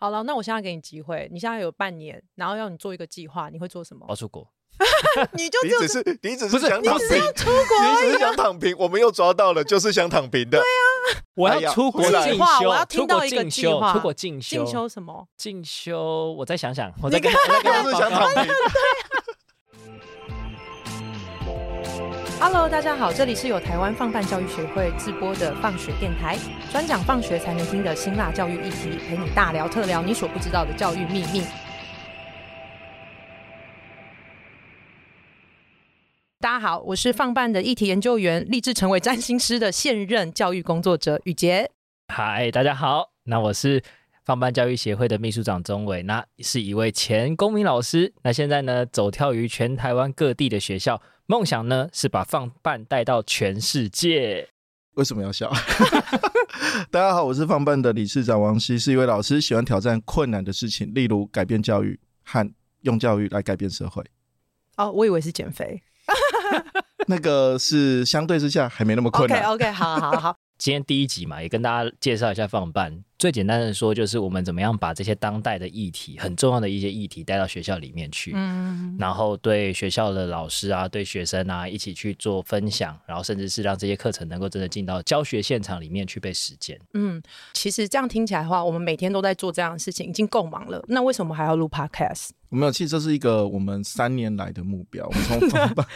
好了，那我现在给你机会，你现在有半年，然后要你做一个计划，你会做什么？ 我要出国。 你只是想躺平， 出国而已、 你只是想躺平，我们又抓到了，就是想躺平的。对啊， 我要出国进修， 我要听到一个计划。 出国进修， 进修什么？ 进修，我再想想，我再跟他是想躺平。 Hello， 大家好，这里是由台湾放办教育学会自播的放学电台，专讲放学才能听的辛辣教育议题，陪你大聊特聊你所不知道的教育秘密。大家好，我是放办的议题研究员，立志成为占星师的现任教育工作者宇杰。 嗨，大家好，那我是放办教育协会的秘书长钟伟，那是一位前公民老师，那现在呢走跳于全台湾各地的学校，梦想呢是把放办带到全世界。 为什么要笑？大家好，我是放办的理事长王希，是一位老师，喜欢挑战困难的事情，例如改变教育和用教育来改变社会。 哦，我以为是减肥。 那个是相对之下还没那么困难。 OK， 好。 今天第一集嘛，也跟大家介绍一下放办。最简单的说，就是我们怎么样把这些当代的议题、很重要的一些议题带到学校里面去，然后对学校的老师啊、对学生啊一起去做分享，然后甚至是让这些课程能够真的进到教学现场里面去被实践。 其实这样听起来的话，我们每天都在做这样的事情，已经够忙了。那为什么还要录 Podcast？ 没有，其实这是一个我们3年来的目标。我们从放办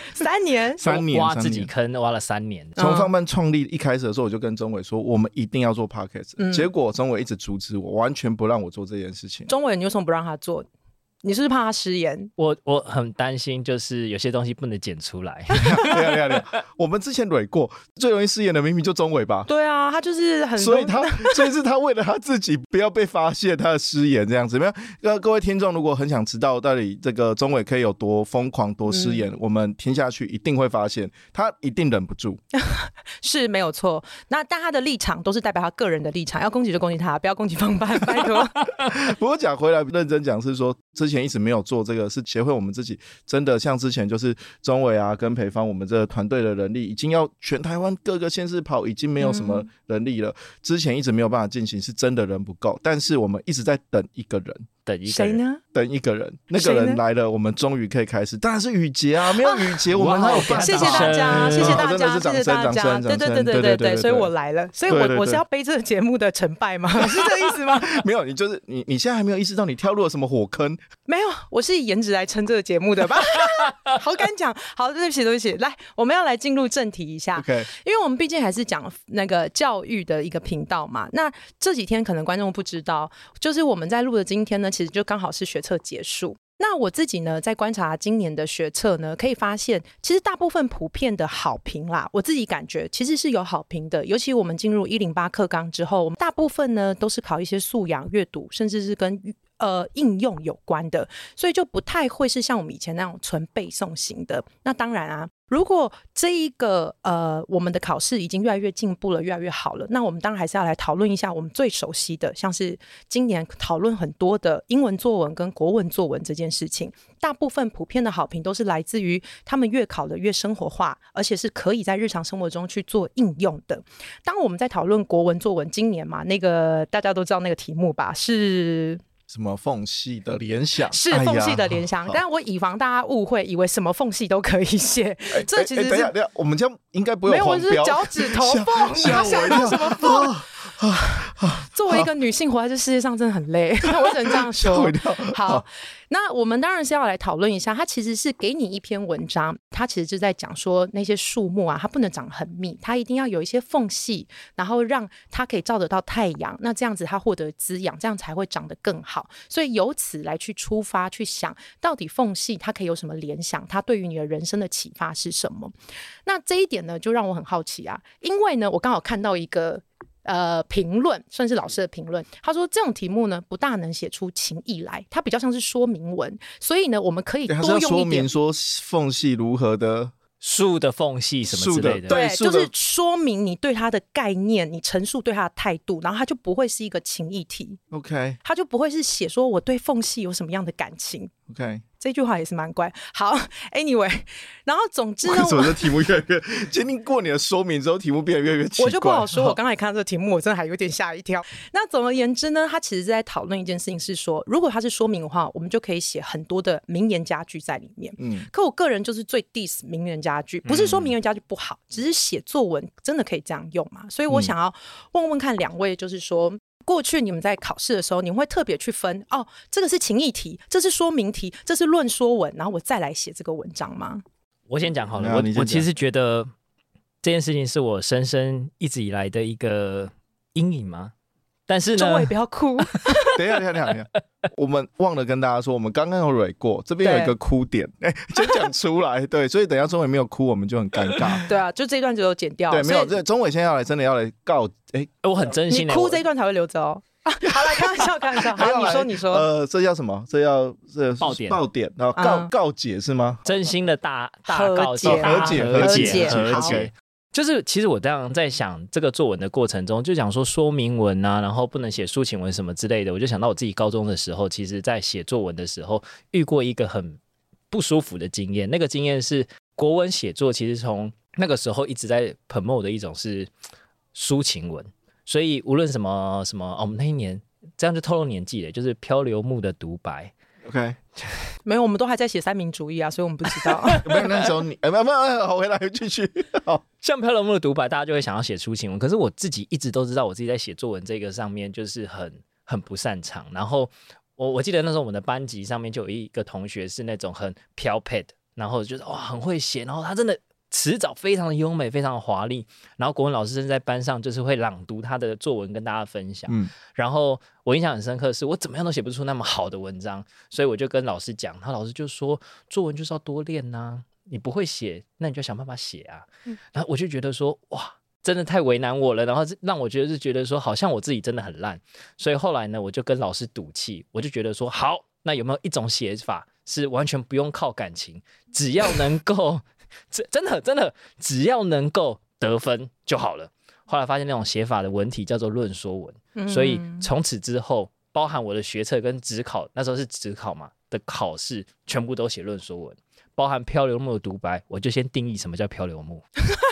3年挖自己坑挖了3年。 从放办创立一开始的时候，我就跟钟伟说，我们一定要做 Podcast。结果钟伟一直阻止我，完全不让我做这件事情。 钟伟，你为什么不让他做？你是不是怕他失言？ 我很担心，就是有些东西不能剪出来。 我们之前蕊过，最容易失言的明明就钟伟吧？ 对啊，他就是很所以是他为了他自己不要被发现他的失言这样子。没有，各位听众如果很想知道到底这个钟伟可以有多疯狂多失言，我们听下去一定会发现他一定忍不住。 是没有错。但他的立场都是代表他个人的立场，要攻击就攻击他，不要攻击放办，拜托。 不过讲回来，认真讲是说，之前一直没有做这个，是协会我们自己真的像之前就是钟伟啊跟培芳，我们这个团队的人力已经要全台湾各个县市跑，已经没有什么人力了。之前一直没有办法进行，是真的人不够，但是我们一直在等一个人。 谁呢？ 等一个人，那个人来了，我们终于可以开始。当然是宇杰啊，没有宇杰，我们哪有办法？ 谢谢大家，谢谢大家， 真的是掌声， 对，所以我来了，所以我是要背这个节目的成败吗？是这个意思吗？ 没有，你现在还没有意识到你跳入了什么火坑？ 没有，我是以颜值来撑这个节目的吧？好敢讲，好，对不起，来，我们要来进入正题一下。 OK， 因为我们毕竟还是讲那个教育的一个频道嘛。那这几天可能观众不知道，就是我们在录的今天呢，其实就刚好是学测结束。那我自己呢，在观察今年的学测呢，可以发现，其实大部分普遍的好评啦，我自己感觉其实是有好评的。尤其我们进入108课纲之后，我们大部分呢都是考一些素养、阅读，甚至是跟应用有关的，所以就不太会是像我们以前那种纯背诵型的。那当然啊，如果这一个我们的考试已经越来越进步了，越来越好了，那我们当然还是要来讨论一下我们最熟悉的，像是今年讨论很多的英文作文跟国文作文这件事情。大部分普遍的好评都是来自于他们越考的越生活化，而且是可以在日常生活中去做应用的。当我们在讨论国文作文，今年嘛，那个大家都知道那个题目吧，是什么缝隙的联想？ 是缝隙的联想，但我以防大家误会，以为什么缝隙都可以写。这其实是等一下，我们这样应该不会有黄标。 没有，我是脚趾头缝，你要想到什么缝？作为一个女性活在这世界上真的很累，我只能这样说。好，那我们当然是要来讨论一下，它其实是给你一篇文章，它其实就在讲说那些树木啊，它不能长很密，它一定要有一些缝隙，然后让它可以照得到太阳，那这样子它获得滋养，这样才会长得更好。所以由此来去出发去想，到底缝隙它可以有什么联想，它对于你的人生的启发是什么？那这一点呢，就让我很好奇啊，因为呢，我刚好看到一个评论，算是老师的评论，他说这种题目呢不大能写出情意来，它比较像是说明文，所以呢我们可以多用一点。他是要说明说缝隙如何的树的缝隙什么之类的， 对，就是说明你对它的概念，你陈述对它的态度，然后它就不会是一个情意题。 OK， 它就不会是写说我对缝隙有什么样的感情。 OK， 这句话也是蛮怪。好 ，anyway， 然后总之呢， 为什么这题目越来越经历过你的说明之后，题目变得越来越奇怪？ 我就不好说。我刚才看到这个题目，我真的还有点吓一跳。那总而言之呢，他其实是在讨论一件事情，是说，如果他是说明的话，我们就可以写很多的名言佳句在里面。可我个人就是最 diss 名言佳句，不是说名言佳句不好，只是写作文真的可以这样用嘛？所以我想要问问看两位，就是说。过去你们在考试的时候，你们会特别去分这个是情意题，这是说明题，这是论说文，然后我再来写这个文章吗？ 我先讲好了，我其实觉得这件事情是我深深一直以来的一个阴影嘛。但是呢， 中伟不要哭。 等一下，我们忘了跟大家说，我们刚刚有蕊过，这边有一个哭点，先讲出来。对，所以等一下中伟没有哭，我们就很尴尬。 对啊，就这一段就有剪掉。 对，没有，这中伟现在真的要来告。 我很真心的， 你哭这一段才会留着哦。好来，开玩笑。好，你说。 这叫什么？这爆点，然后告解是吗？ 真心的大告解， 和解。 就是其实我这样在想这个作文的过程中，就讲说明文啊，然后不能写抒情文什么之类的，我就想到我自己高中的时候，其实在写作文的时候遇过一个很不舒服的经验。那个经验是国文写作其实从那个时候一直在 promote 的一种是抒情文，所以无论什么我们那一年这样就透露年纪了，就是漂流木的独白。 OK， 没有，我们都还在写三民主义啊，所以我们不知道。 没有那时候你，好，回来继续。 像漂流木的独白，大家就会想要写抒情文，可是我自己一直都知道，我自己在写作文这个上面就是很不擅长。然后我记得那时候我们的班级上面就有一个同学是那种很飘配的，然后就是很会写，然后他真的词藻非常的优美，非常的华丽。然后国文老师甚至在班上就是会朗读他的作文跟大家分享。然后我印象很深刻的是，我怎么样都写不出那么好的文章，所以我就跟老师讲，然后老师就说，作文就是要多练啊，你不会写，那你就想办法写啊。然后我就觉得说，哇，真的太为难我了，然后让我觉得说，好像我自己真的很烂。所以后来呢，我就跟老师赌气，我就觉得说，好，那有没有一种写法是完全不用靠感情，只要能够真的只要能够得分就好了。后来发现那种写法的文体叫做论说文，所以从此之后，包含我的学测跟指考，那时候是指考嘛的考试，全部都写论说文，包含漂流木的独白，我就先定义什么叫漂流木。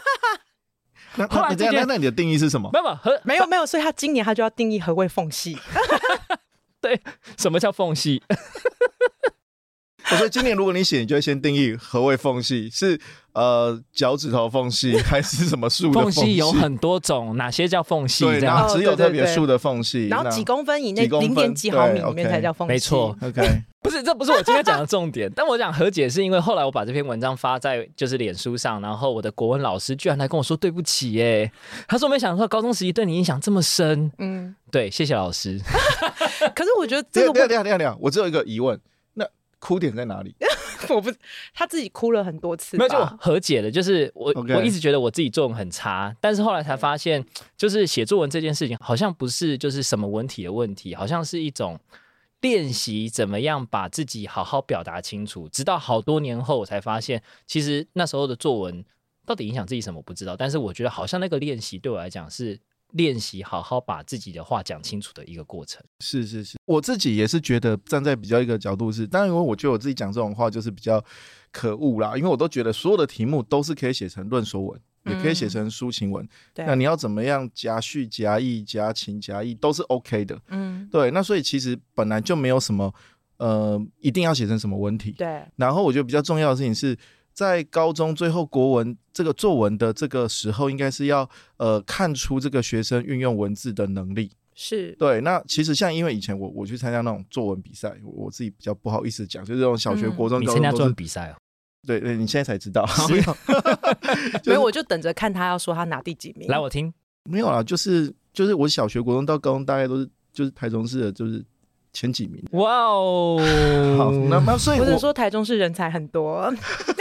那你的定义是什么？ 没有，所以他今年他就要定义何谓缝隙。 对，什么叫缝隙？ 所以今年如果你写，你就会先定义何谓缝隙，是脚趾头缝隙，还是什么树的缝隙？ 缝隙有很多种，哪些叫缝隙？ 对，然后只有特别树的缝隙， 然后几公分以内，0点几毫米里面才叫缝隙。 没错 ，OK。 这不是我今天讲的重点，但我讲和解是因为后来我把这篇文章发在就是脸书上，然后我的国文老师居然来跟我说对不起耶，他说没想到高中时期对你影响这么深，对，谢谢老师。 可是我觉得这个等一下，我只有一个疑问，那哭点在哪里？ 他自己哭了很多次， 没有就和解了，就是我一直觉得我自己作文很差，但是后来才发现，就是写作文这件事情好像不是就是什么文体的问题，好像是一种练习怎么样把自己好好表达清楚。直到好多年后我才发现，其实那时候的作文到底影响自己什么我不知道，但是我觉得好像那个练习对我来讲是练习好好把自己的话讲清楚的一个过程。 是，我自己也是觉得站在比较一个角度是，当然因为我觉得我自己讲这种话就是比较可恶啦，因为我都觉得所有的题目都是可以写成论说文，也可以写成抒情文，那你要怎么样夹叙夹议夹情夹义都是 OK 的，对，那所以其实本来就没有什么一定要写成什么文体， 对。 然后我觉得比较重要的事情是在高中最后国文这个作文的这个时候，应该是要看出这个学生运用文字的能力。 是对，那其实像因为以前我去参加那种作文比赛，我自己比较不好意思讲，就是这种小学、国中、高中你参加作文比赛哦？ 对，你现在才知道， 没有，我就等着看他要说他拿第几名。 来，我听。 没有啦，就是我小学、国中到高中大概都是就是台中市的，就是前几名。 哇哦！ 好，那所以我只能说台中市人才很多。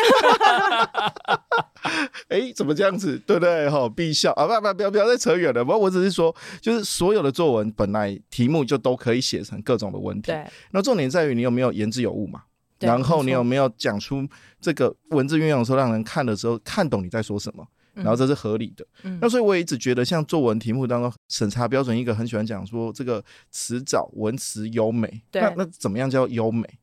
怎么这样子？对不对？必笑啊！不要再扯远了。不过我只是说，就是所有的作文本来题目就都可以写成各种的文体， 对。 那重点在于你有没有言之有物嘛？然后你有没有讲出这个文字运用的时候，让人看的时候看懂你在说什么？然后这是合理的。那所以我也一直觉得，像作文题目当中审查标准，一个很喜欢讲说这个词藻文词优美。那怎么样叫优美？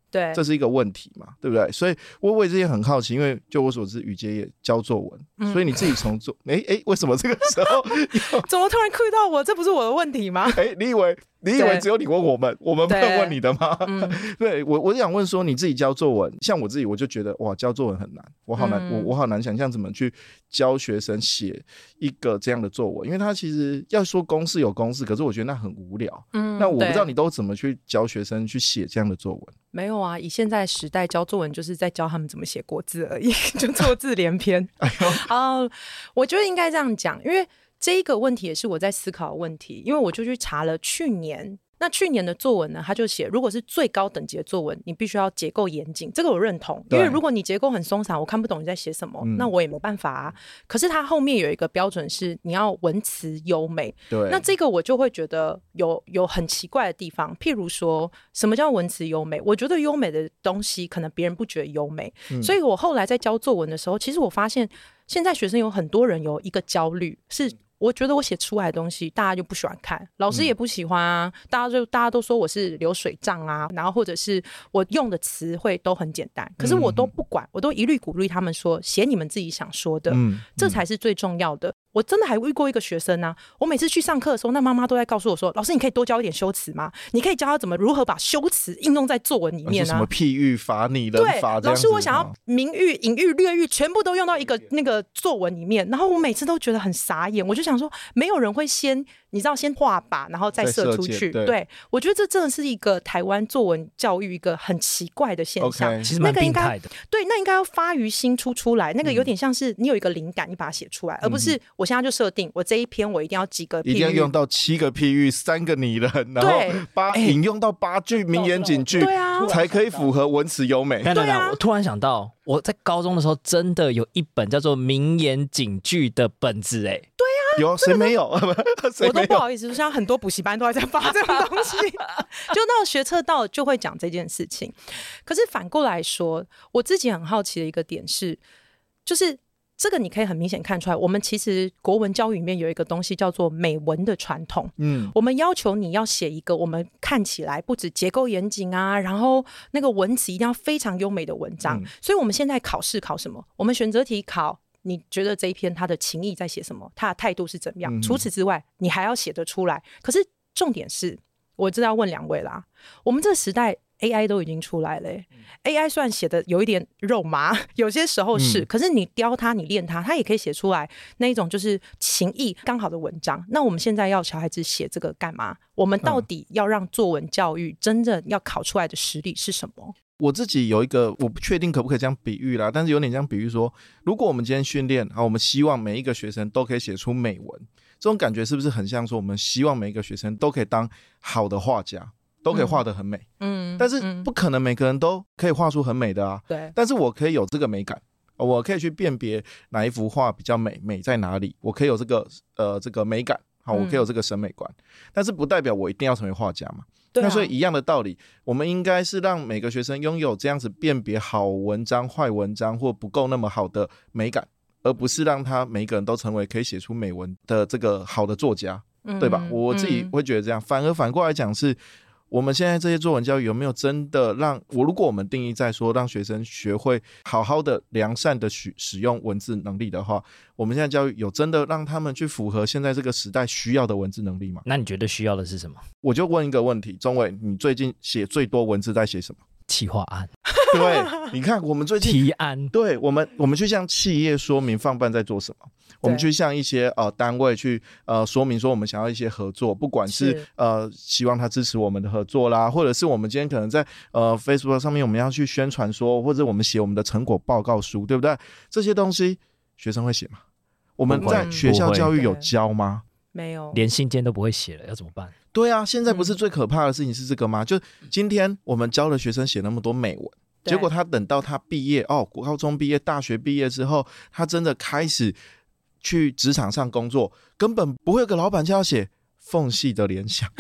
对， 这是一个问题嘛，对不对？所以我为这些很好奇，因为就我所知，雨洁也教作文，所以你自己从做，为什么这个时候怎么突然 cue 到我？这不是我的问题吗？ 你以为只有你问我们不能问你的吗？对，我想问说，你自己教作文，像我自己，我就觉得哇，教作文很难，我好难，我好难想象怎么去教学生写一个这样的作文，因为他其实要说公式有公式，可是我觉得那很无聊。那我不知道你都怎么去教学生去写这样的作文。 没有啊，以现在时代教作文就是在教他们怎么写国字而已，就错字连篇。我觉得应该这样讲，因为这一个问题也是我在思考的问题，因为我就去查了去年的作文呢，他就写，如果是最高等级的作文，你必须要结构严谨，这个我认同，因为如果你结构很松散，我看不懂你在写什么，那我也没办法啊。可是他后面有一个标准是你要文词优美， 对， 那这个我就会觉得有很奇怪的地方，譬如说什么叫文词优美？我觉得优美的东西可能别人不觉得优美，所以我后来在教作文的时候，其实我发现现在学生有很多人有一个焦虑是。我觉得我写出来的东西大家就不喜欢看，老师也不喜欢啊，大家都说我是流水账啊，然后或者是我用的词汇都很简单，可是我都不管，我都一律鼓励他们说写你们自己想说的，这才是最重要的。我真的还遇过一个学生啊，我每次去上课的时候，那妈妈都在告诉我说，老师你可以多教一点修辞吗？你可以教他如何把修辞应用在作文里面啊， 什么譬喻法、拟人法， 对，老师我想要明喻、隐喻、略喻全部都用到一个那个作文里面，然后我每次都觉得很傻眼，我就想说没有人会先画靶然后再射出去，对，我觉得这真的是一个台湾作文教育一个很奇怪的现象， 其实蛮病态的。 对，那应该要发于心出来，那个有点像是你有一个灵感，你把它写出来，而不是我现在就设定我这一篇我一定要几个譬喻， 一定要用到7个譬喻，3个拟人，然后引用到8句名言警句， 对啊， 才可以符合文词优美。 对啊，我突然想到，我在高中的时候真的有一本叫做名言警句的本子，对啊， 有谁没有？ 我都不好意思，现在很多补习班都在发这种东西，就到学测到就会讲这件事情。可是反过来说，我自己很好奇的一个点是，就是这个你可以很明显看出来，我们其实国文教育里面有一个东西叫做美文的传统。我们要求你要写一个我们看起来不止结构严谨啊，然后那个文词一定要非常优美的文章。所以我们现在考试考什么？我们选择题考你觉得这一篇他的情意在写什么，他的态度是怎么样，除此之外你还要写得出来。可是重点是我知道要问2位啦，我们这个时代AI 都已经出来了，AI 虽然写的有一点肉麻，有些时候是，可是你雕它，你练它，它也可以写出来那一种就是情意刚好的文章。那我们现在要小孩子写这个干嘛？我们到底要让作文教育真正要考出来的实力是什么？ 我自己有一个，我不确定可不可以这样比喻啦，但是有点这样比喻说，如果我们今天训练，我们希望每一个学生都可以写出美文，这种感觉是不是很像说，我们希望每一个学生都可以当好的画家，都可以画得很美？但是不可能每个人都可以画出很美的啊。 对， 但是我可以有这个美感，我可以去辨别哪一幅画比较美，美在哪里，我可以有这个美感，我可以有这个审美观，但是不代表我一定要成为画家嘛。那所以一样的道理，我们应该是让每个学生拥有这样子辨别好文章、坏文章或不够那么好的美感，而不是让他每个人都成为可以写出美文的这个好的作家，对吧？我自己会觉得这样。反过来讲是，我们现在这些作文教育有没有真的如果我们定义在说让学生学会好好的良善的使用文字能力的话，我们现在教育有真的让他们去符合现在这个时代需要的文字能力吗？ 那你觉得需要的是什么？我就问一个问题，钟伟，你最近写最多文字在写什么？ 企划案。 对，你看我们最近提案， 对，我们去向企业说明放办在做什么，我们去向一些单位去说明说我们想要一些合作，不管是希望他支持我们的合作啦，或者是我们今天可能在Facebook 上面我们要去宣传说，或者我们写我们的成果报告书，对不对？这些东西学生会写吗？我们在学校教育有教吗？ 没有， 连信件都不会写了，要怎么办？ 对啊，现在不是最可怕的事情是这个吗？就今天我们教了学生写那么多美文，结果他等到他毕业高中毕业、大学毕业之后，他真的开始去职场上工作，根本不会有个老板叫他写缝隙的联想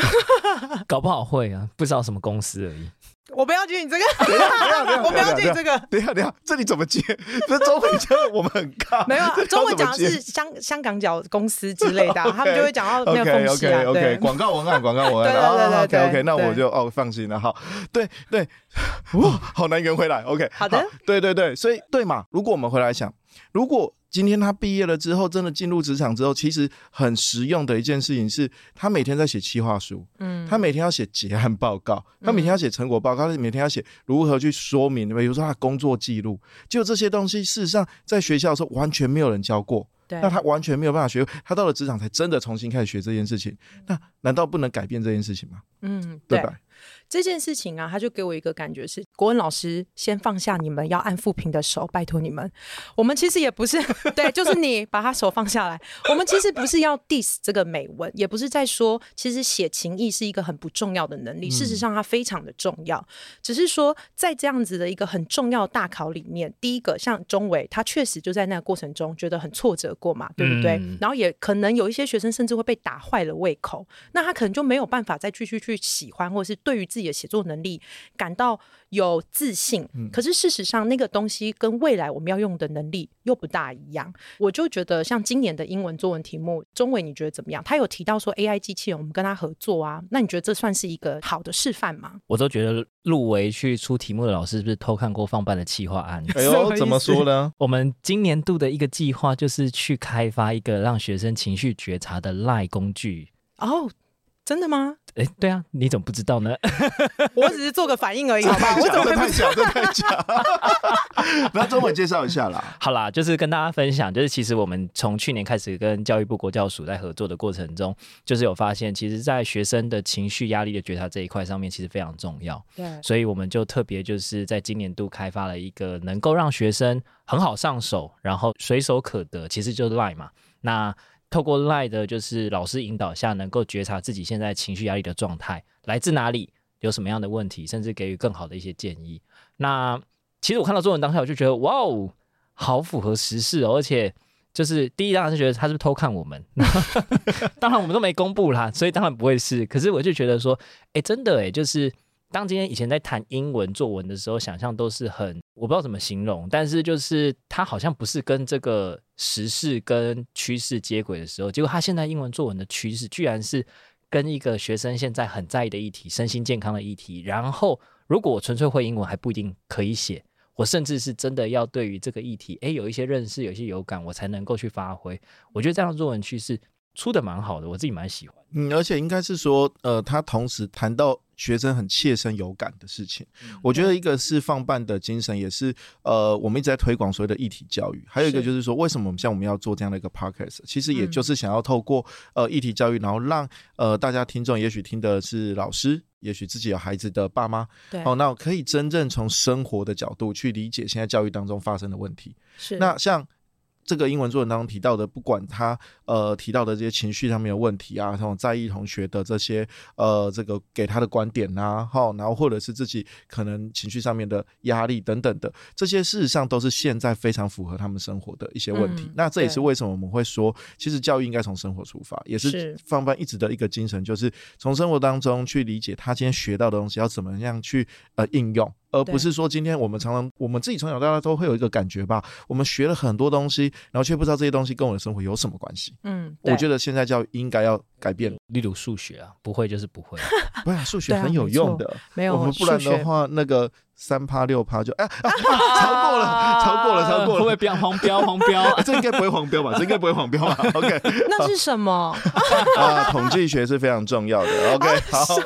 搞不好会啊，不知道什么公司而已。 我不要接你这个， 我不要接你这个。 等一下，这里怎么接？这中文讲我们很尬。 没有啊，中文讲的是香港角公司之类的，他们就会讲到没有缝隙啊。 OK， 广告文案。对 OK， 那我就放心了。好，对，哇，好难圆回来。OK， 好的， 对，所以对嘛，如果我们回来想，如果今天他毕业了之后，真的进入职场之后，其实很实用的一件事情是，他每天在写企划书，他每天要写结案报告，他每天要写成果报告，他每天要写如何去说明，比如说他的工作记录，就这些东西，事实上在学校的时候完全没有人教过。那他完全没有办法学，他到了职场才真的重新开始学这件事情。那难道不能改变这件事情吗？对吧？ 这件事情啊，他就给我一个感觉是，国文老师先放下你们要按复评的手，拜托你们。我们其实也不是对，就是你把他手放下来。我们其实不是要 diss 这个美文，也不是在说其实写情意是一个很不重要的能力，事实上它非常的重要。只是说在这样子的一个很重要的大考里面，第一个像钟伟，他确实就在那个过程中觉得很挫折过嘛，对不对？然后也可能有一些学生甚至会被打坏了胃口，那他可能就没有办法再继续去喜欢，或者是对于自己的写作能力感到有自信。可是事实上那个东西跟未来我们要用的能力又不大一样。我就觉得像今年的英文作文题目，钟伟你觉得怎么样？他有提到说 AI 机器人我们跟他合作啊，那你觉得这算是一个好的示范吗？ 我都觉得入围去出题目的老师是不是偷看过放办的企划案？ 哎呦，怎么说呢？ 我们今年度的一个计划就是去开发一个让学生情绪觉察的 LINE 工具。 哦，真的吗？ 对啊，你怎么不知道呢？ 我只是做个反应而已，好吧？我怎么会不知道？ 这太假。那中文介绍一下啦。 好啦，就是跟大家分享，就是其实我们从去年开始跟教育部国教署在合作的过程中，就是有发现，其实在学生的情绪压力的觉察这一块上面，其实非常重要。 对， 所以我们就特别就是在今年度开发了一个能够让学生很好上手，然后随手可得，其实就是 LINE 嘛。那透过 LINE 的就是老师引导下，能够觉察自己现在情绪压力的状态来自哪里，有什么样的问题，甚至给予更好的一些建议。那其实我看到作文当下，我就觉得哇哦，好符合时事哦，而且就是第一当然是觉得他是不是偷看我们，当然我们都没公布啦，所以当然不会是。可是我就觉得说，真的就是当今天以前在谈英文作文的时候，想象都是很我不知道怎么形容，但是就是他好像不是跟这个时事跟趋势接轨的时候，结果他现在英文作文的趋势居然是跟一个学生现在很在意的议题，身心健康的议题，然后如果我纯粹会英文还不一定可以写，我甚至是真的要对于这个议题有一些认识，有一些有感，我才能够去发挥。我觉得这样的作文趋势出的蛮好的，我自己蛮喜欢。 而且应该是说他同时谈到学生很切身有感的事情。我觉得一个是放办的精神，也是我们一直在推广所谓的议题教育，还有一个就是说为什么我们要做这样的一个 podcast， 其实也就是想要透过议题教育，然后让大家听众也许听的是老师，也许自己有孩子的爸妈，那可以真正从生活的角度去理解现在教育当中发生的问题。 是，那像这个英文作文当中提到的，不管他提到的这些情绪上面的问题啊，这种在意同学的这些这个给他的观点啊，然后或者是自己可能情绪上面的压力等等的，这些事实上都是现在非常符合他们生活的一些问题。那这也是为什么我们会说，其实教育应该从生活出发，也是放办一直的一个精神，就是从生活当中去理解他今天学到的东西要怎么样去应用。而不是说今天我们自己从小到大都会有一个感觉吧，我们学了很多东西，然后却不知道这些东西跟我的生活有什么关系。我觉得现在教育应该要改变。 例如数学啊，不会就是不会。 不然数学很有用的， 没有， 我们不然的话那个3%、6%就超过了， 会不会变黄标？ 这应该不会黄标吧？OK， 那是什么？ 统计学是非常重要的。OK，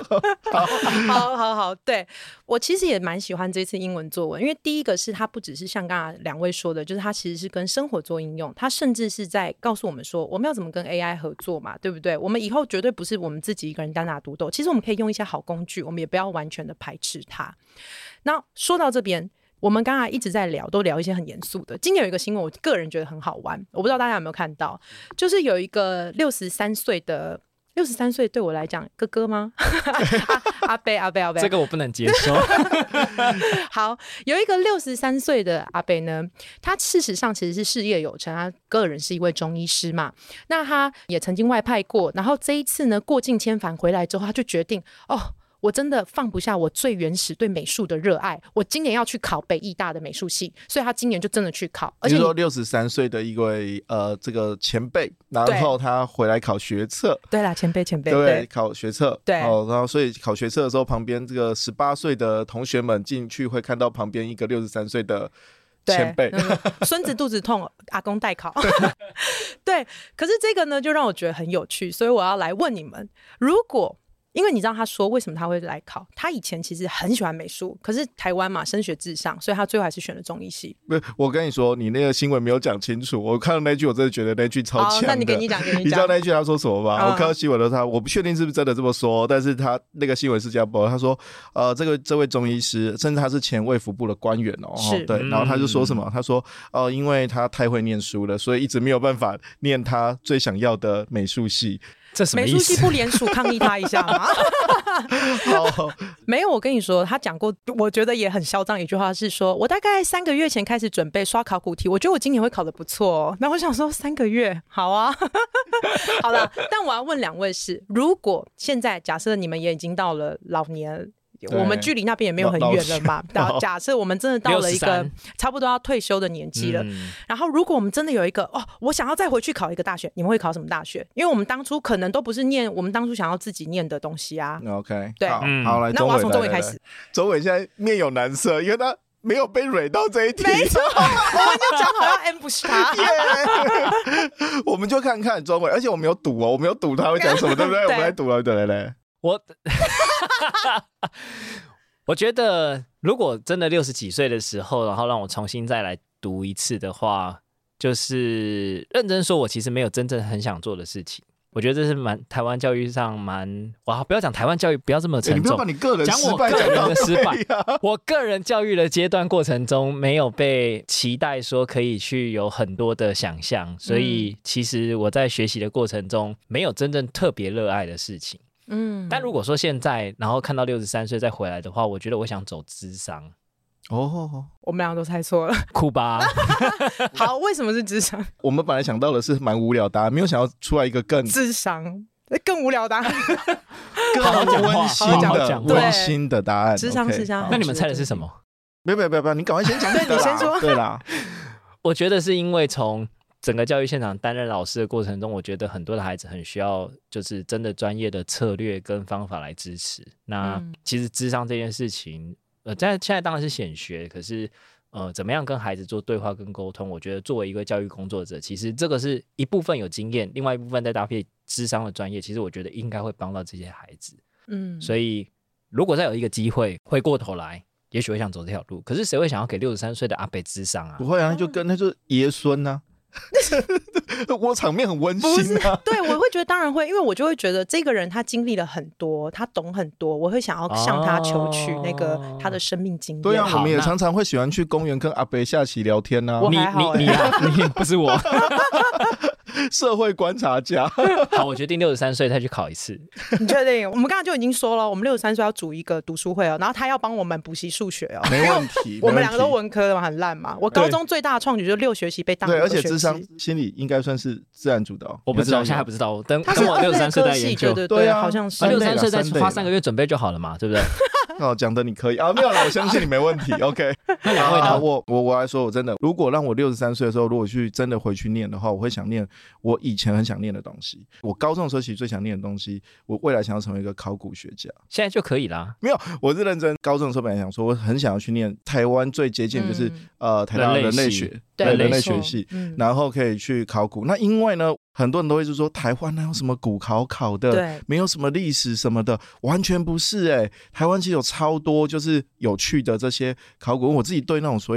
好，对，我其实也蛮喜欢这次英文作文，因为第一个是它不只是像刚才两位说的，就是它其实是跟生活做应用，它甚至是在告诉我们说我们要怎么跟 AI 合作嘛，对不对？我们以后绝对不是我们自己一个人单打独斗，其实我们可以用一些好工具，我们也不要完全的排斥它。那说到这边，我们刚才一直在聊，都聊一些很严肃的。今年有一个新闻，我个人觉得很好玩，我不知道大家有没有看到，就是有一个63岁的 63岁对我来讲，哥哥吗？阿伯， 这个我不能接受。 好，有一个63岁的阿伯呢，他事实上其实是事业有成，他个人是一位中医师嘛。那他也曾经外派过，然后这一次呢，过境迁返回来之后，他就决定我真的放不下我最原始对美术的热爱，我今年要去考北艺大的美术系，所以他今年就真的去考。而且你说63岁的一位这个前辈，然后他回来考学测。 对啦，前辈， 对，考学测。 对， 然后所以考学测的时候，旁边这个18岁的同学们进去会看到旁边一个63岁的前辈， 孙子肚子痛，阿公代考。对，可是这个呢，就让我觉得很有趣，所以我要来问你们，如果因为你知道他说为什么他会来考，他以前其实很喜欢美术，可是台湾嘛升学至上，所以他最后还是选了中医系。 不是，我跟你说，你那个新闻没有讲清楚，我看到那句我真的觉得那句超强的。 那你给你讲你知道那句他说什么吗？我看到新闻的时候，我不确定是不是真的这么说，但是他那个新闻是这样报，他说这位中医师，甚至他是前卫福部的官员是对，然后他就说什么？他说因为他太会念书了，所以一直没有办法念他最想要的美术系。 这什么意思？ 美术系不联署抗议他一下吗？没有，我跟你说，他讲过，我觉得也很嚣张一句话是说，我大概3个月前开始准备刷考古题，我觉得我今年会考得不错。那我想说3个月，好啊。好了，但我要问2位是，如果现在假设你们也已经到了老年，我们距离那边也没有很远了嘛。假设我们真的到了一个差不多要退休的年纪了，然后如果我们真的有一个我想要再回去考一个大学，你们会考什么大学？因为我们当初可能都不是念我们当初想要自己念的东西啊。 OK， 对， 好来， 那我要从中伟开始。 中伟现在面有难色，因为他没有被蕊到这一题。 没错，我们就讲好要 ambush 他。 我们就看看中伟，而且我们有赌我们有赌他会讲什么，对不对？我们来赌了，对。 我觉得如果真的60几岁的时候，然后让我重新再来读一次的话，就是认真说，我其实没有真正很想做的事情。我觉得这是台湾教育上哇，不要讲台湾教育，不要这么沉重。 你不要把你个人失败讲我个人的失败。我个人教育的阶段过程中，没有被期待说可以去有很多的想象，所以其实我在学习的过程中，没有真正特别热爱的事情。但如果说现在然后看到63岁再回来的话，我觉得我想走諮商。 我们俩都猜错了， 哭吧。 好，为什么是諮商？ 我们本来想到的是蛮无聊的答案，没有想要出来一个諮商更无聊答案， 更温馨的答案。 諮商是这样。 那你们猜的是什么？ 没有，你赶快先讲。 对，你先说。 对啦， 我觉得是因为从整个教育现场担任老师的过程中，我觉得很多的孩子很需要就是真的专业的策略跟方法来支持。那其实諮商这件事情现在当然是显学，可是怎么样跟孩子做对话跟沟通，我觉得作为一个教育工作者，其实这个是一部分有经验，另外一部分再搭配諮商的专业，其实我觉得应该会帮到这些孩子。所以如果再有一个机会回过头来，也许会想走这条路。可是谁会想要给63岁的阿伯諮商啊？ 不会啊，那就爷孙啊。我场面很温馨啊。 对，我会觉得当然会，因为我就会觉得这个人他经历了很多，他懂很多，我会想要向他求取那个他的生命经验。 对啊，我们也常常会喜欢去公园跟阿伯下棋聊天啊。 你不是我。 社会观察家。 好，我决定63岁再去考一次。 你确定？我们刚刚就已经说了，我们63岁要组一个读书会然后他要帮我们补习数学没问题。 我们两个都文科的嘛，很烂嘛。我高中最大的创举就是6学期被当5个学期。 对，而且諮商心理应该算是自然主导。 我不知道，现在还不知道。等我63岁再研究。 对啊，好像是 63岁再花3个月准备就好了嘛，对不对？ 讲的你可以啊，没有啦，我相信你没问题。OK， 那2位呢？ 我来说，我真的，如果让我63岁的时候，如果真的回去念的话，我会想念我以前很想念的东西。我高中的时候其实最想念的东西，我未来想要成为一个考古学家。 现在就可以啦。 没有，我是认真。高中的时候本来想说，我很想要去念台湾最接近就是台大人类学，对人类学系，然后可以去考古。那因为呢，很多人都会说台湾哪有什么古考的，没有什么历史什么的，完全不是台湾其实有超多就是有趣的这些考古。我自己对那种所谓的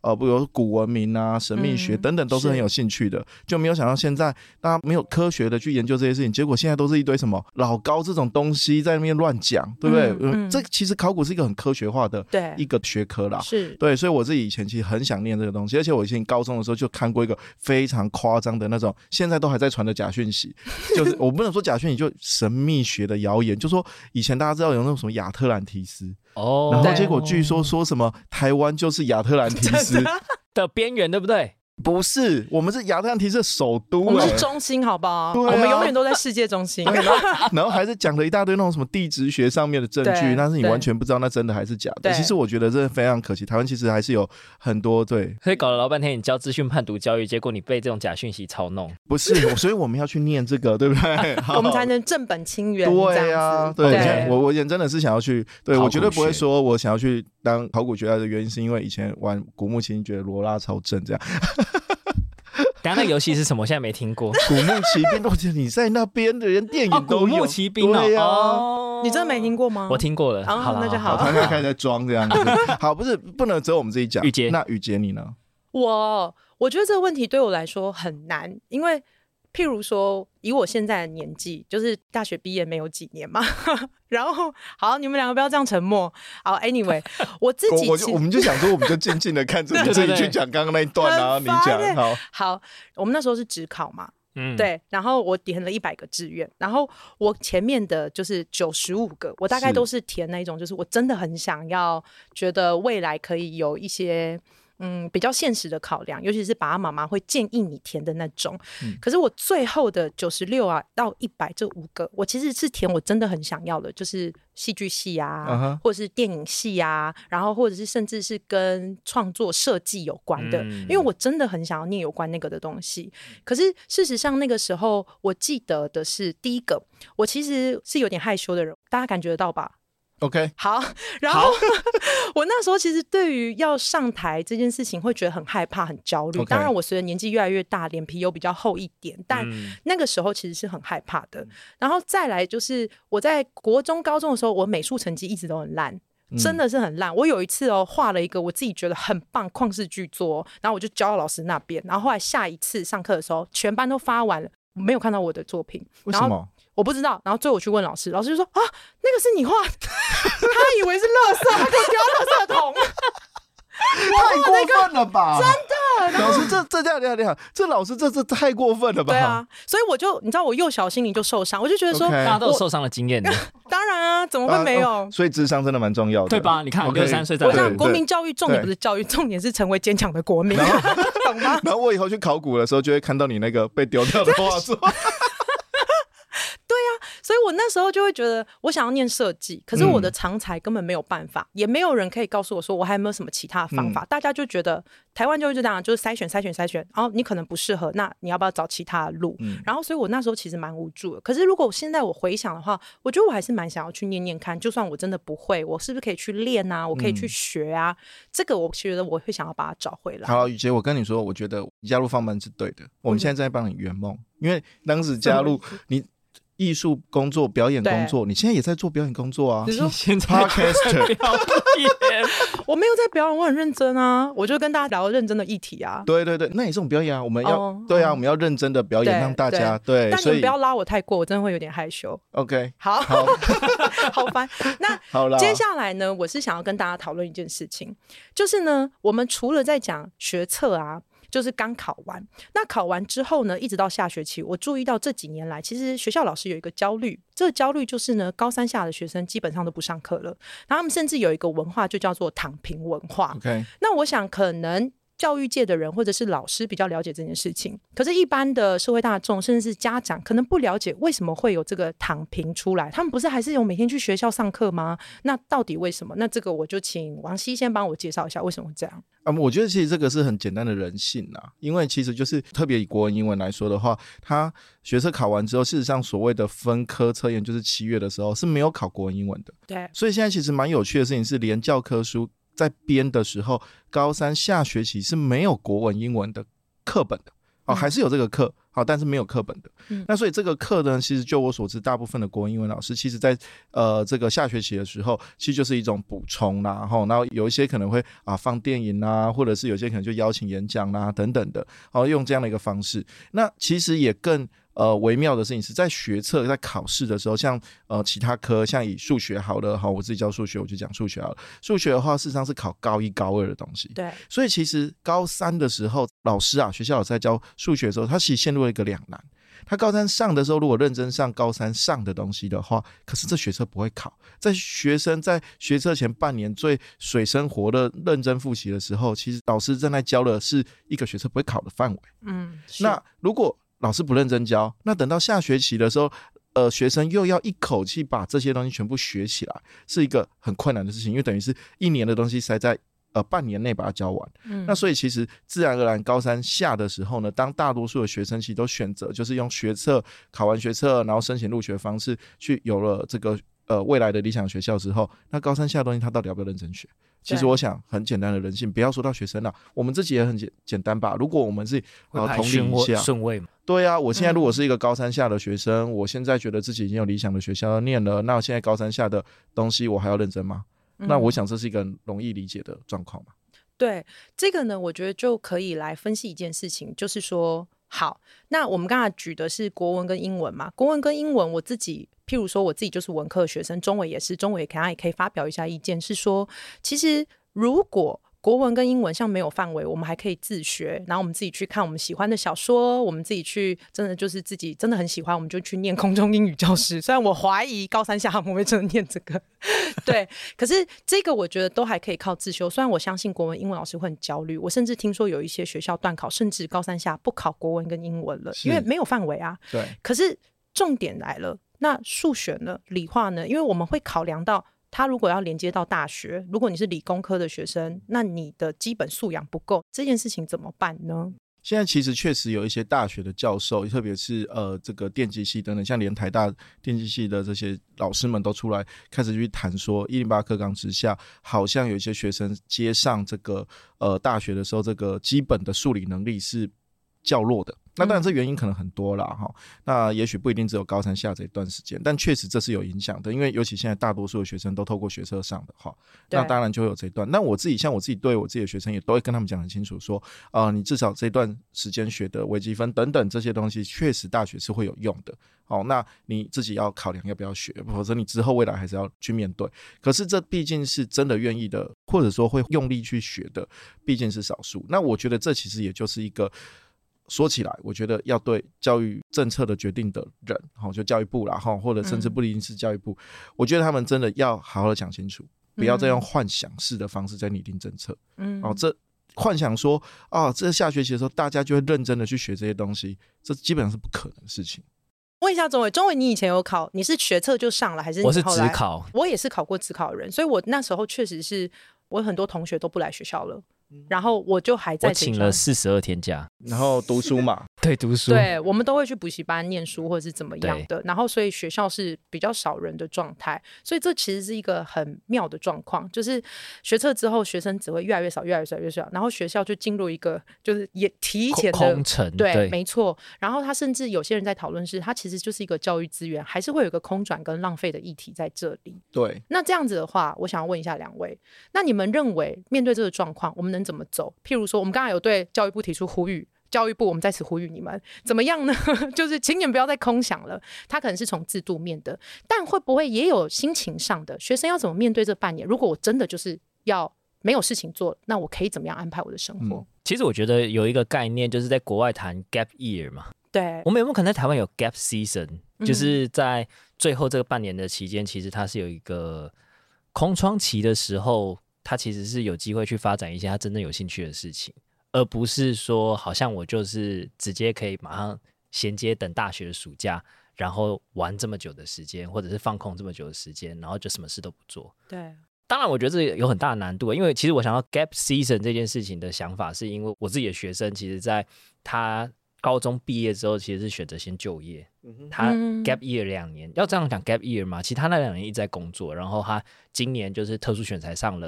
比如古文明啊、神秘学等等都是很有兴趣的，就没有想到现在大家没有科学的去研究这些事情，结果现在都是一堆什么老高这种东西在那边乱讲，对不对？这其实考古是一个很科学化的一个学科啦， 是对，所以我自己以前其实很想念这个东西，而且我以前高中的时候就看过一个非常夸张的那种，现在都还在传的假讯息，就是我不能说假讯息，就神秘学的谣言，就说以前大家知道有那种什么亚特兰提斯然后结果据说什么台湾就是亚特兰提斯的边缘，对不对？ 不是，我们是亚特兰提斯的首都， 我们是中心，好不好？我们永远都在世界中心。 然后还是讲了一大堆那种什么地质学上面的证据，但是你完全不知道那真的还是假的。其实我觉得这非常可惜，台湾其实还是有很多对， 所以搞了老半天，你教资讯判读教育，结果你被这种假讯息操弄， 不是？所以我们要去念这个，对不对？ 我们才能正本清源。 对啊，对，我以前真的是想要去，对我绝对不会说我想要去当考古学家的原因，是因为以前玩古墓奇兵觉得罗拉超正这样。 等一下那个游戏是什么？我现在没听过。 古墓奇兵，我觉得你在那边的连电影都有。 古墓奇兵对啊， 你真的没听过吗？ 我听过了。 好，那就好。 他开始在装这样子。好，不能只有我们自己讲。 雨杰， 那雨杰你呢？ 我觉得这个问题对我来说很难，因为譬如说以我现在的年纪，就是大学毕业没有几年嘛，然后好，你们两个不要这样沉默。好 ，anyway， 我自己我们就想说，我们就静静的看着你自己去讲刚刚那一段啊，你讲好，我们那时候是指考嘛。对，然后我填了100个志愿，然后我前面的就是95个，我大概都是填那一种，就是我真的很想要，觉得未来可以有一些比较现实的考量，尤其是爸爸妈妈会建议你填的那种。可是我最后的96啊到100这5个，我其实是填我真的很想要的，就是戏剧系啊，或者是电影系啊，然后或者是甚至是跟创作设计有关的，因为我真的很想要念有关那个的东西。可是事实上那个时候我记得的是，第一个我其实是有点害羞的人，大家感觉得到吧 ？OK， 好，然后我那时候其实对于要上台这件事情会觉得很害怕、很焦虑。当然，我随着年纪越来越大，脸皮又比较厚一点，但那个时候其实是很害怕的。然后再来就是我在国中、高中的时候，我美术成绩一直都很烂。真的是很烂。我有一次画了一个我自己觉得很棒旷世巨作，然后我就交到老师那边，然后后来下一次上课的时候，全班都发完了，没有看到我的作品。 为什么？ 我不知道，然后最后我去问老师，老师就说啊，那个是你画的，他以为是垃圾，他给我丢垃圾桶。 太过分了吧！ 真的， 老师这老师这太过分了吧？ 对啊，所以我就你知道我幼小心灵就受伤，我就觉得说大家都有受伤的经验。 当然啊，怎么会没有？ 所以智商真的蛮重要的， 对吧？你看63岁再来， 我想国民教育重点不是教育，重点是成为坚强的国民，懂吗？ 然后我以后去考古的时候，就会看到你那个被丢掉的画作。 对啊，所以我那时候就会觉得我想要念设计，可是我的长才根本没有办法，也没有人可以告诉我说我还有没有什么其他的方法。大家就觉得台湾教育就这样，就是筛选，然后你可能不适合，那你要不要找其他的路？然后所以我那时候其实蛮无助的。可是如果现在我回想的话，我觉得我还是蛮想要去念念看，就算我真的不会，我是不是可以去练啊？我可以去学啊？这个我觉得我会想要把它找回来。 好，雨杰，我跟你说，我觉得你加入放班是对的。我们现在在帮你圆梦，因为当时加入你。艺术工作、表演工作，你现在也在做表演工作啊？ 你现在 Podcaster 我没有在表演，我很认真啊，我就跟大家聊认真的议题啊。 对，那也是种表演啊，我们要对啊，我们要认真的表演，让大家对。 但你们不要拉我太过，我真的会有点害羞。 OK， 好烦。那好啦， 接下来呢，我是想要跟大家讨论一件事情，就是呢，我们除了在讲学测啊。就是刚考完，那考完之后呢，一直到下学期，我注意到这几年来，其实学校老师有一个焦虑，这个焦虑就是呢，高3下的学生基本上都不上课了，然后他们甚至有一个文化就叫做躺平文化。 Okay. 那我想可能教育界的人或者是老师比较了解这件事情，可是一般的社会大众甚至是家长可能不了解为什么会有这个躺平出来，他们不是还是有每天去学校上课吗？那到底为什么？那这个我就请王希先帮我介绍一下为什么会这样。 我觉得其实这个是很简单的人性啦，因为其实就是特别以国文英文来说的话，他学测考完之后，事实上所谓的分科测验就是7月的时候是没有考国文英文的。 对， 所以现在其实蛮有趣的事情是，连教科书在编的时候，高3下学期是没有国文英文的课本的。 还是有这个课，但是没有课本的。那所以这个课呢，其实就我所知，大部分的国文英文老师，其实在这个下学期的时候，其实就是一种补充啦，然后有一些可能会放电影啦，或者是有些可能就邀请演讲啦等等的，用这样的一个方式。那其实也更微妙的事情是在学测在考试的时候，像其他科，像以数学好了，我自己教数学，我就讲数学好了。数学的话，事实上是考高1、高2的东西。 对， 所以其实高3的时候，老师学校老师在教数学的时候，他其实陷入了一个两难。他高3上的时候，如果认真上高3上的东西的话，可是这学测不会考。在学生在学测前半年最水深火热认真复习的时候，其实老师正在教的是一个学测不会考的范围。那如果老师不认真教，那等到下学期的时候，学生又要一口气把这些东西全部学起来，是一个很困难的事情，因为等于是1年的东西塞在半年内把它教完。那所以其实自然而然高3下的时候呢，当大多数的学生其实都选择就是用学测考完学测，然后申请入学方式去有了这个未来的理想学校之后，那高3下的东西他到底要不要认真学？其实我想很简单的人性，不要说到学生了，我们自己也很简单吧。如果我们是同理一下顺位嘛， 对啊，我现在如果是一个高3下的学生，我现在觉得自己已经有理想的学校要念了，那我现在高3下的东西我还要认真吗？那我想这是一个很容易理解的状况嘛。 对，这个呢，我觉得就可以来分析一件事情，就是说，好，那我们刚才举的是国文跟英文嘛，国文跟英文，我自己譬如说我自己就是文科学生，中文也是，中文也可以发表一下意见，是说，其实如果国文跟英文像没有范围，我们还可以自学，然后我们自己去看我们喜欢的小说，我们自己去真的就是自己真的很喜欢，我们就去念空中英语教室。虽然我怀疑高3下他们会真的念这个，对，可是这个我觉得都还可以靠自修。虽然我相信国文、英文老师会很焦虑，我甚至听说有一些学校断考，甚至高3下不考国文跟英文了，因为没有范围啊。 对， 可是重点来了，那数学呢？理化呢？因为我们会考量到，他如果要连接到大学，如果你是理工科的学生，那你的基本素养不够，这件事情怎么办呢？ 现在其实确实有一些大学的教授，特别是这个电机系等等，像连台大电机系的这些老师们都出来开始去谈说108课纲之下，好像有一些学生接上这个大学的时候，这个基本的数理能力是较弱的。那当然这原因可能很多啦，那也许不一定只有高3下这一段时间，但确实这是有影响的，因为尤其现在大多数的学生都透过学测上的话，那当然就会有这一段。那我自己对我自己的学生也都会跟他们讲很清楚说，你至少这段时间学的微积分等等这些东西确实大学是会有用的，那你自己要考量要不要学，否则你之后未来还是要去面对。可是这毕竟是真的愿意的，或者说会用力去学的毕竟是少数。那我觉得这其实也就是一个说起来，我觉得要对教育政策的决定的人，就教育部啦，或者甚至不一定是教育部，我觉得他们真的要好好的讲清楚，不要再用幻想式的方式在拟定政策。这幻想说这下学期的时候大家就会认真的去学这些东西，这基本上是不可能的事情。 问一下钟伟，你以前有考，你是学测就上了还是你我是指考？ 我也是考过指考的人，所以我那时候确实是我很多同学都不来学校了。然后我就还在我请了42天假， 然后读书嘛， 对，读书， 对，我们都会去补习班念书或者是怎么样的，然后所以学校是比较少人的状态，所以这其实是一个很妙的状况，就是学测之后学生只会越来越少，然后学校就进入一个就是也提前的空城， 对，没错。然后他甚至有些人在讨论是，他其实就是一个教育资源，还是会有一个空转跟浪费的议题在这里。 对， 那这样子的话，我想要问一下两位，那你们认为面对这个状况，我们能怎么走？譬如说，我们刚才有对教育部提出呼吁，教育部我们在此呼吁你们怎么样呢？就是请你们不要再空想了，它可能是从制度面的，但会不会也有心情上的？学生要怎么面对这半年？如果我真的就是要没有事情做，那我可以怎么样安排我的生活？ 其实我觉得有一个概念，就是在国外谈 gap year 嘛。 对， 我们有没有可能在台湾有 gap season？就是在最后这个半年的期间，其实它是有一个空窗期的时候，他其实是有机会去发展一些他真正有兴趣的事情，而不是说好像我就是直接可以马上衔接等大学的暑假，然后玩这么久的时间，或者是放空这么久的时间，然后就什么事都不做。 对， 当然我觉得这有很大的难度，因为其实我想到 gap season 这件事情的想法，是因为我自己的学生其实在他高中毕业之后其实是选择先就业，他 gap year 2年，要这样讲 gap year 嘛，其实他那2年一直在工作，然后他今年就是特殊选才上了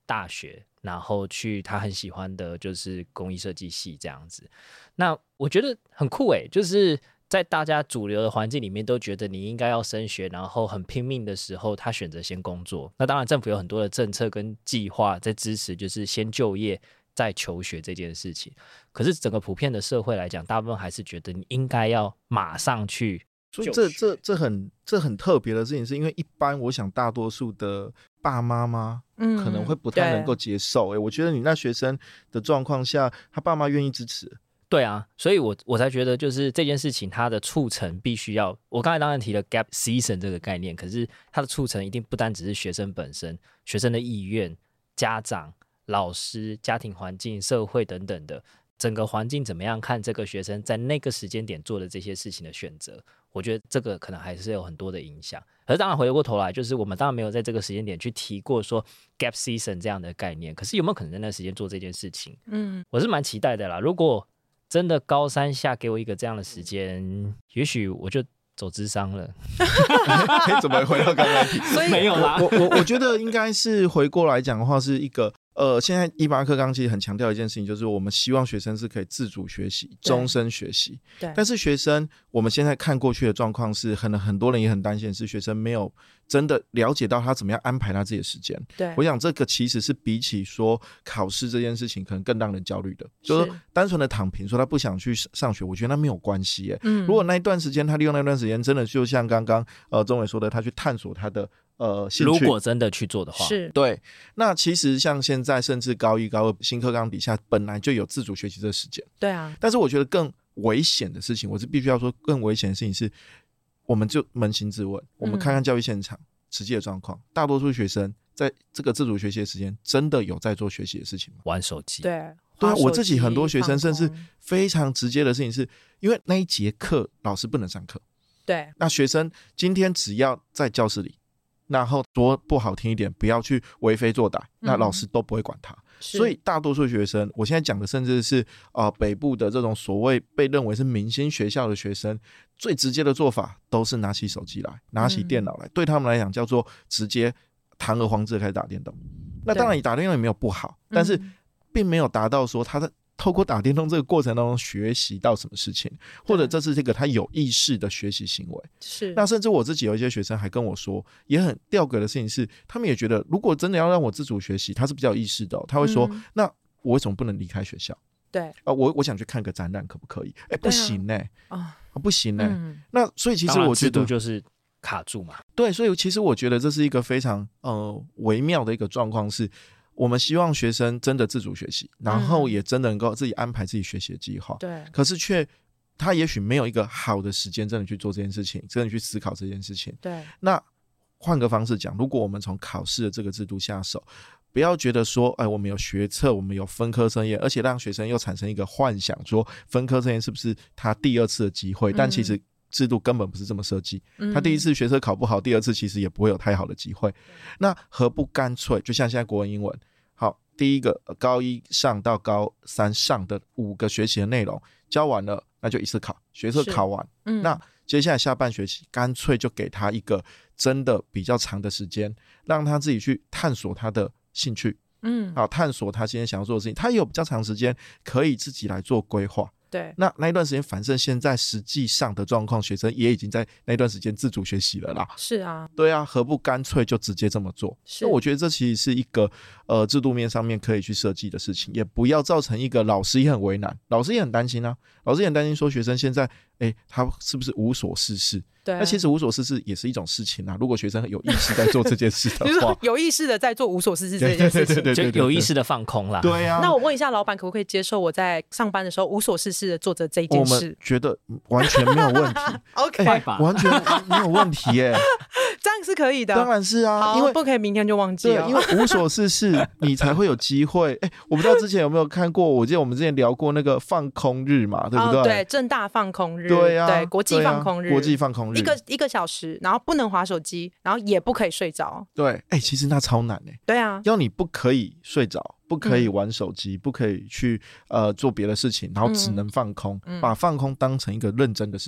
大学，然后去他很喜欢的就是工艺设计系这样子。那我觉得很酷就是在大家主流的环境里面都觉得你应该要升学，然后很拼命的时候，他选择先工作。那当然政府有很多的政策跟计划在支持，就是先就业再求学这件事情。可是整个普遍的社会来讲，大部分还是觉得你应该要马上去。 所以这很特别的事情，是因为一般我想大多数的爸妈妈可能会不太能够接受。我觉得你那学生的状况下，他爸妈愿意支持。 对啊，所以我才觉得就是这件事情它的促成必须要，我刚才当然提了 gap season 这个概念，可是它的促成一定不单只是学生本身，学生的意愿、家长、老师、家庭环境、社会等等的整个环境怎么样看这个学生在那个时间点做的这些事情的选择，我觉得这个可能还是有很多的影响。可是当然回过头来，就是我们当然没有在这个时间点去提过说 gap season 这样的概念，可是有没有可能在那个时间做这件事情？我是蛮期待的啦。如果真的高三下给我一个这样的时间，也许我就走諮商了。 怎么回到刚刚题？ 没有啦。 我觉得应该是回过来讲的话，是一个现在108课纲其实很强调一件事情，就是我们希望学生是可以自主学习、终身学习。 对。 但是学生，我们现在看过去的状况是，很多人也很担心，是学生没有真的了解到他怎么样安排他自己的时间。 对。 我想这个其实是比起说考试这件事情，可能更让人焦虑的。就是单纯的躺平，说他不想去上学，我觉得那没有关系。如果那一段时间他利用那段时间，真的就像刚刚钟伟说的，他去探索他的。兴趣， 如果真的去做的话， 是对。那其实像现在，甚至高1、高2新课纲底下，本来就有自主学习这个时间。 对啊。 但是我觉得更危险的事情，我是必须要说，更危险的事情是，我们就扪心自问，我们看看教育现场实际的状况，大多数学生在这个自主学习的时间，真的有在做学习的事情吗？ 玩手机。 对啊，我自己很多学生，甚至非常直接的事情是，因为那一节课老师不能上课。 对。 那学生今天只要在教室里。然后说不好听一点，不要去为非作歹，那老师都不会管他。所以大多数学生，我现在讲的甚至是北部的这种所谓被认为是明星学校的学生，最直接的做法都是拿起手机来，拿起电脑来，对他们来讲叫做直接堂而皇之的开始打电动。那当然你打电动也没有不好，但是并没有达到说他在透过打电动这个过程当中学习到什么事情，或者这是这个他有意识的学习行为。 是。 那甚至我自己有一些学生还跟我说，也很吊诡的事情是，他们也觉得如果真的要让我自主学习，他是比较有意识的他会说，那我为什么不能离开学校？ 对。 我想去看个展览，可不可以？不行不行那所以其实我觉得制度就是卡住嘛。 对，所以其实我觉得这是一个非常微妙的一个状况，是我们希望学生真的自主学习，然后也真的能够自己安排自己学习的计划。 对。 可是他也许没有一个好的时间真的去做这件事情，真的去思考这件事情。 对。 那换个方式讲，如果我们从考试的这个制度下手，不要觉得说我们有学测，我们有分科测验，而且让学生又产生一个幻想说分科测验是不是他第二次的机会，但其实制度根本不是这么设计。他第一次学测考不好，第二次其实也不会有太好的机会。那何不干脆就像现在国文英文，好，第一个高1上到高3上的5个学期的内容教完了，那就一次考，学测考完。那接下来下半学期干脆就给他一个真的比较长的时间，让他自己去探索他的兴趣。好，探索他今天想要做的事情，他也有比较长时间可以自己来做规划。 对。 那一段时间，反正现在实际上的状况，学生也已经在那段时间自主学习了啦。 是啊。 对啊，何不干脆就直接这么做？那我觉得这其实是一个制度面上面可以去设计的事情，也不要造成一个老师也很为难，老师也很担心啊。老师也很担心说学生现在他是不是无所事事？ 对。 那其实无所事事也是一种事情啊。如果学生有意识在做这件事的话， 有意识的在做无所事事这件事情， 就有意识的放空啦。 对啊。 那我问一下老板，可不可以接受我在上班的时候无所事事的做着这件事？ 我们觉得完全没有问题。 OK， 完全没有问题耶。 这样是可以的。 当然是啊，因为不可以明天就忘记了。 对，因为无所事事，你才会有机会。我不知道之前有没有看过，我记得我们之前聊过那个放空日嘛，对不对？ 对，政大放空日。 对啊。 对，国际放空日。 国际放空日， 一个小时，然后不能滑手机，然后也不可以睡着。 对，其实那超难对啊。 要你不可以睡着，不可以玩手机，不可以去做别的事情，然后只能放空，把放空当成一个认真的事情，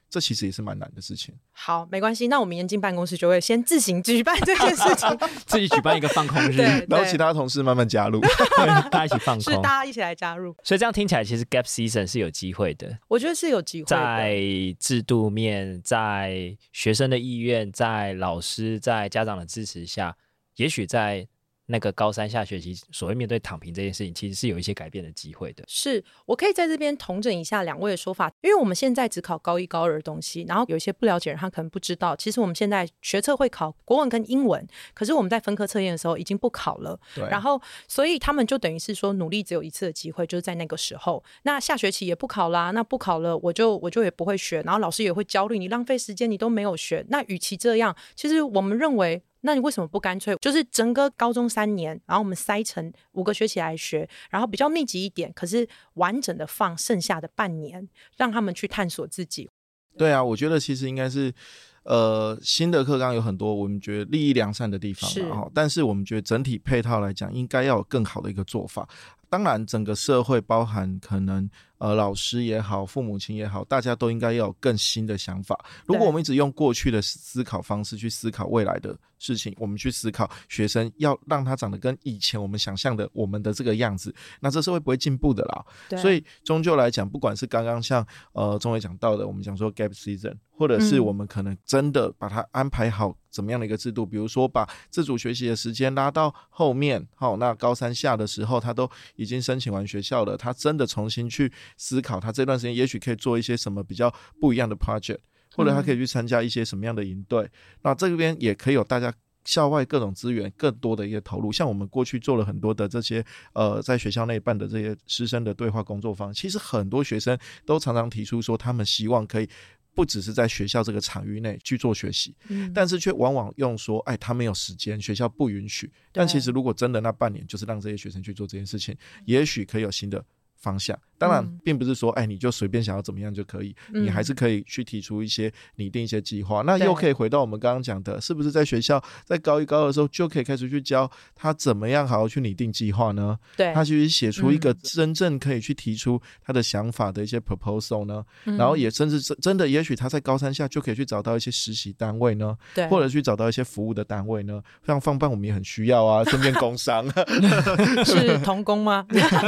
这其实也是蛮难的事情。 好，没关系，那我明天进办公室就会先自行举办这件事情自己举办一个放空日， 对然后其他同事慢慢加入对，大家一起放是空， 大家一起来加入。 所以这样听起来，其实 gap season 是有机会的， 我觉得是有机会的， 在制度面，在学生的意愿，在老师、在家长的支持下，也许在那个高三下学期所谓面对躺平这件事情，其实是有一些改变的机会的。 是我可以在这边统整一下两位的说法，因为我们现在只考高一高二的东西，然后有一些不了解人他可能不知道，其实我们现在学测会考国文跟英文，可是我们在分科测验的时候已经不考了， 对， 然后所以他们就等于是说努力只有一次的机会，就是在那个时候，那下学期也不考啦，那不考了我就也不会学，然后老师也会焦虑，你浪费时间你都没有学，那与其这样，其实我们认为那你为什么不干脆就是整个高中3年，然后我们塞成5个学期来学，然后比较密集一点，可是完整的放剩下的半年让他们去探索自己。 对啊，我觉得其实应该是新的课纲有很多我们觉得利益良善的地方啦，但是我们觉得整体配套来讲应该要有更好的一个做法。当然整个社会包含可能老师也好，父母亲也好，大家都应该要有更新的想法。如果我们一直用过去的思考方式去思考未来的事情，我们去思考学生要让他长得跟以前我们想象的我们的这个样子，那这社会不会进步的啦。所以终究来讲，不管是刚刚像钟伟讲到的，我们讲说 gap season， 或者是我们可能真的把它安排好怎么样的一个制度，比如说把自主学习的时间拉到后面，那高三下的时候他都已经申请完学校了，他真的重新去思考他这段时间也许可以做一些什么比较不一样的 project， 或者他可以去参加一些什么样的营队，那这边也可以有大家校外各种资源更多的一些投入。像我们过去做了很多的这些在学校内办的这些师生的对话工作坊，其实很多学生都常常提出说他们希望可以不只是在学校这个场域内去做学习，但是却往往用说他没有时间，学校不允许。但其实如果真的那半年就是让这些学生去做这件事情，也许可以有新的方向。当然并不是说你就随便想要怎么样就可以，你还是可以去提出一些拟定一些计划。那又可以回到我们刚刚讲的，是不是在学校在高一高二的时候就可以开始去教他怎么样好好去拟定计划呢？ 对， 他去写出一个真正可以去提出他的想法的一些 proposal 呢？然后也甚至真的也许他在高三下就可以去找到一些实习单位呢，对，或者去找到一些服务的单位呢。像放办我们也很需要啊，顺便工商是童工吗？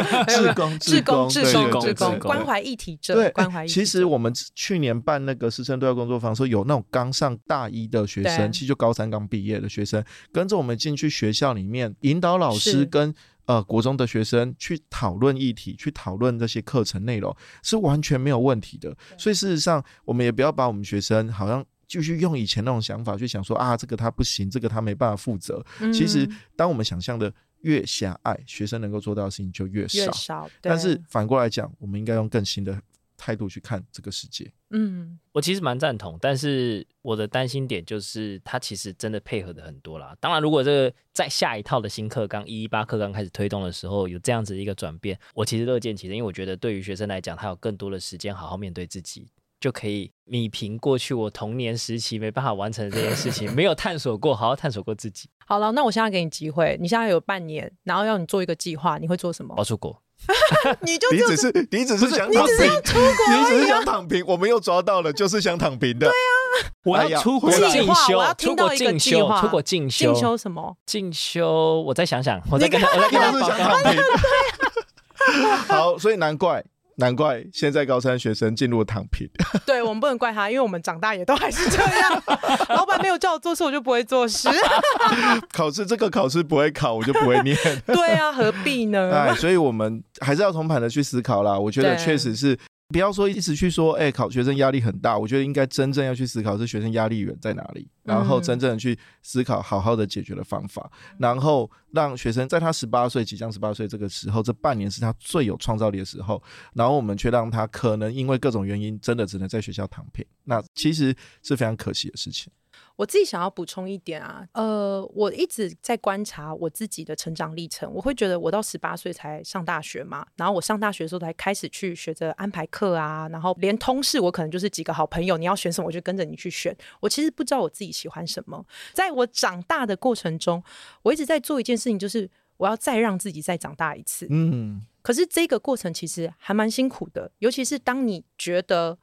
志工关怀议题者， 对， 关怀议题者。 其实我们去年办那个师生对话工作坊的时候，有那种刚上大一的学生，其实就高三刚毕业的学生，跟着我们进去学校里面引导老师跟国中的学生去讨论议题，去讨论这些课程内容，是完全没有问题的。所以事实上我们也不要把我们学生好像继续用以前那种想法去想说这个他不行，这个他没办法负责。其实当我们想象的越狭隘，学生能够做到的事情就越少。但是反过来讲，我们应该用更新的态度去看这个世界。 我其实蛮赞同，但是我的担心点就是他其实真的配合的很多啦。当然如果这个在下一套的新课纲118课纲开始推动的时候有这样子一个转变，我其实乐见其成，因为我觉得对于学生来讲，他有更多的时间好好面对自己，就可以弭平过去我童年时期没办法完成的这件事情，没有探索过，好好探索过自己。 好了，那我现在给你机会，你现在有半年，然后要你做一个计划，你会做什么？ 我要出国。 你只是想躺平，你只是想躺平，我们又抓到了，就是想躺平的。对啊，我要出国进修， 我要听到一个计划。 出国进修， 进修什么？ 进修，我再想想，我再跟他就是想躺平。好，所以难怪现在高三学生进入了躺平。 对，我们不能怪他，因为我们长大也都还是这样。老板没有叫我做事，我就不会做事。 这个考试不会考，我就不会念。 对啊，何必呢？ 所以我们还是要通盘的去思考啦。我觉得确实是。不要说一直去说考学生压力很大，我觉得应该真正要去思考是学生压力源在哪里，然后真正的去思考好好的解决的方法，然后让学生在他18岁即将18岁这个时候，这半年是他最有创造力的时候，然后我们却让他可能因为各种原因真的只能在学校躺平，那其实是非常可惜的事情。 我自己想要补充一点我一直在观察我自己的成长历程，我会觉得我到18岁才上大学嘛，然后我上大学的时候才开始去学着安排课啊，然后连通识我可能就是几个好朋友，你要选什么我就跟着你去选，我其实不知道我自己喜欢什么。在我长大的过程中，我一直在做一件事情，就是我要再让自己再长大一次。可是这个过程其实还蛮辛苦的，尤其是当你觉得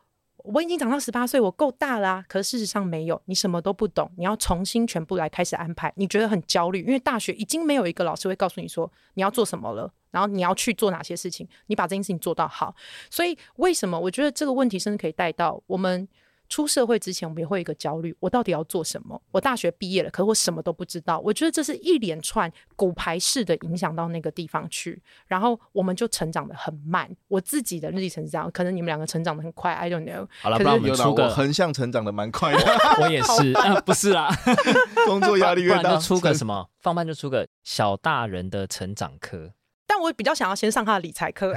我已经长到18岁，我够大了啊，可是事实上没有，你什么都不懂，你要重新全部来开始安排，你觉得很焦虑，因为大学已经没有一个老师会告诉你说你要做什么了，然后你要去做哪些事情，你把这件事情做到好。所以为什么我觉得这个问题甚至可以带到我们出社会之前，我们也会有一个焦虑，我到底要做什么？我大学毕业了，可是我什么都不知道。我觉得这是一连串骨牌式的影响到那个地方去，然后我们就成长得很慢。我自己的历程是这样，可能你们两个成长得很快 ，I don't know。 好了，不然我们出个我横向成长的蛮快的， 我也是，不是啦， 工作压力越大， 不然就出个什么放班就出个小大人的成长课。 但我比较想要先上他的理财课，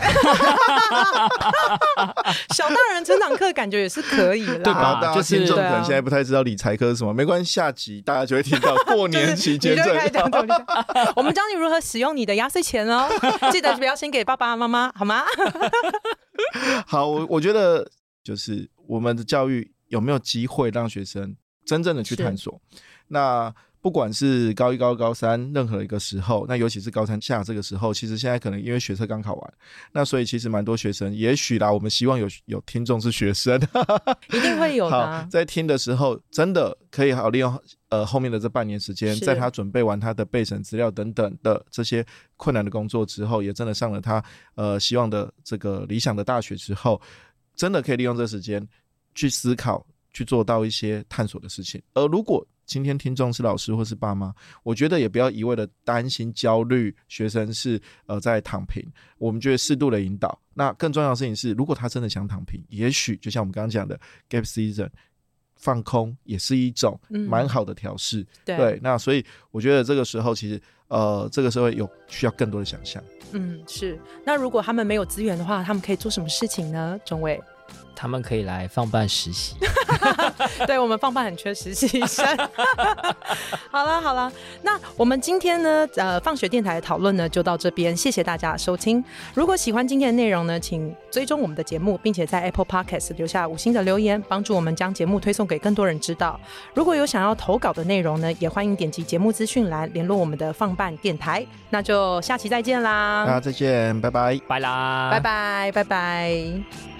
小大人成长课感觉也是可以啦， 对吧？ 大家听众可能现在不太知道理财课是什么，没关系，下集大家就会听到过年期间我们教你如何使用你的压岁钱哦，记得不要先给爸爸妈妈，好吗？ 好，我觉得就是我们的教育有没有机会让学生真正的去探索？那不管是高一、高三任何一个时候，那尤其是高三下这个时候，其实现在可能因为学测刚考完，那所以其实蛮多学生，也许啦，我们希望有听众是学生， 一定会有的好，在听的时候，真的可以好利用后面的这半年时间，在他准备完他的备审资料等等的这些困难的工作之后，也真的上了他希望的这个理想的大学之后，真的可以利用这时间去思考，去做到一些探索的事情。而如果今天听众是老师或是爸妈，我觉得也不要一味的担心焦虑学生是在躺平，我们觉得适度的引导。那更重要的事情是，如果他真的想躺平，也许就像我们刚刚讲的 gap season 放空也是一种蛮好的调试，对，那所以我觉得这个时候其实这个社会有需要更多的想象。 是。那如果他们没有资源的话，他们可以做什么事情呢？钟伟， 他们可以来放办实习。 对，我们放办很缺实习生。好了，那我们今天呢放学电台的讨论呢就到这边，谢谢大家的收听。如果喜欢今天的内容呢，请追踪我们的节目，并且在 Apple Podcast 留下5星的留言，帮助我们将节目推送给更多人知道。如果有想要投稿的内容呢，也欢迎点击节目资讯栏联络我们的放办电台。那就下期再见啦， 大家再见，拜拜， 拜啦， 拜拜。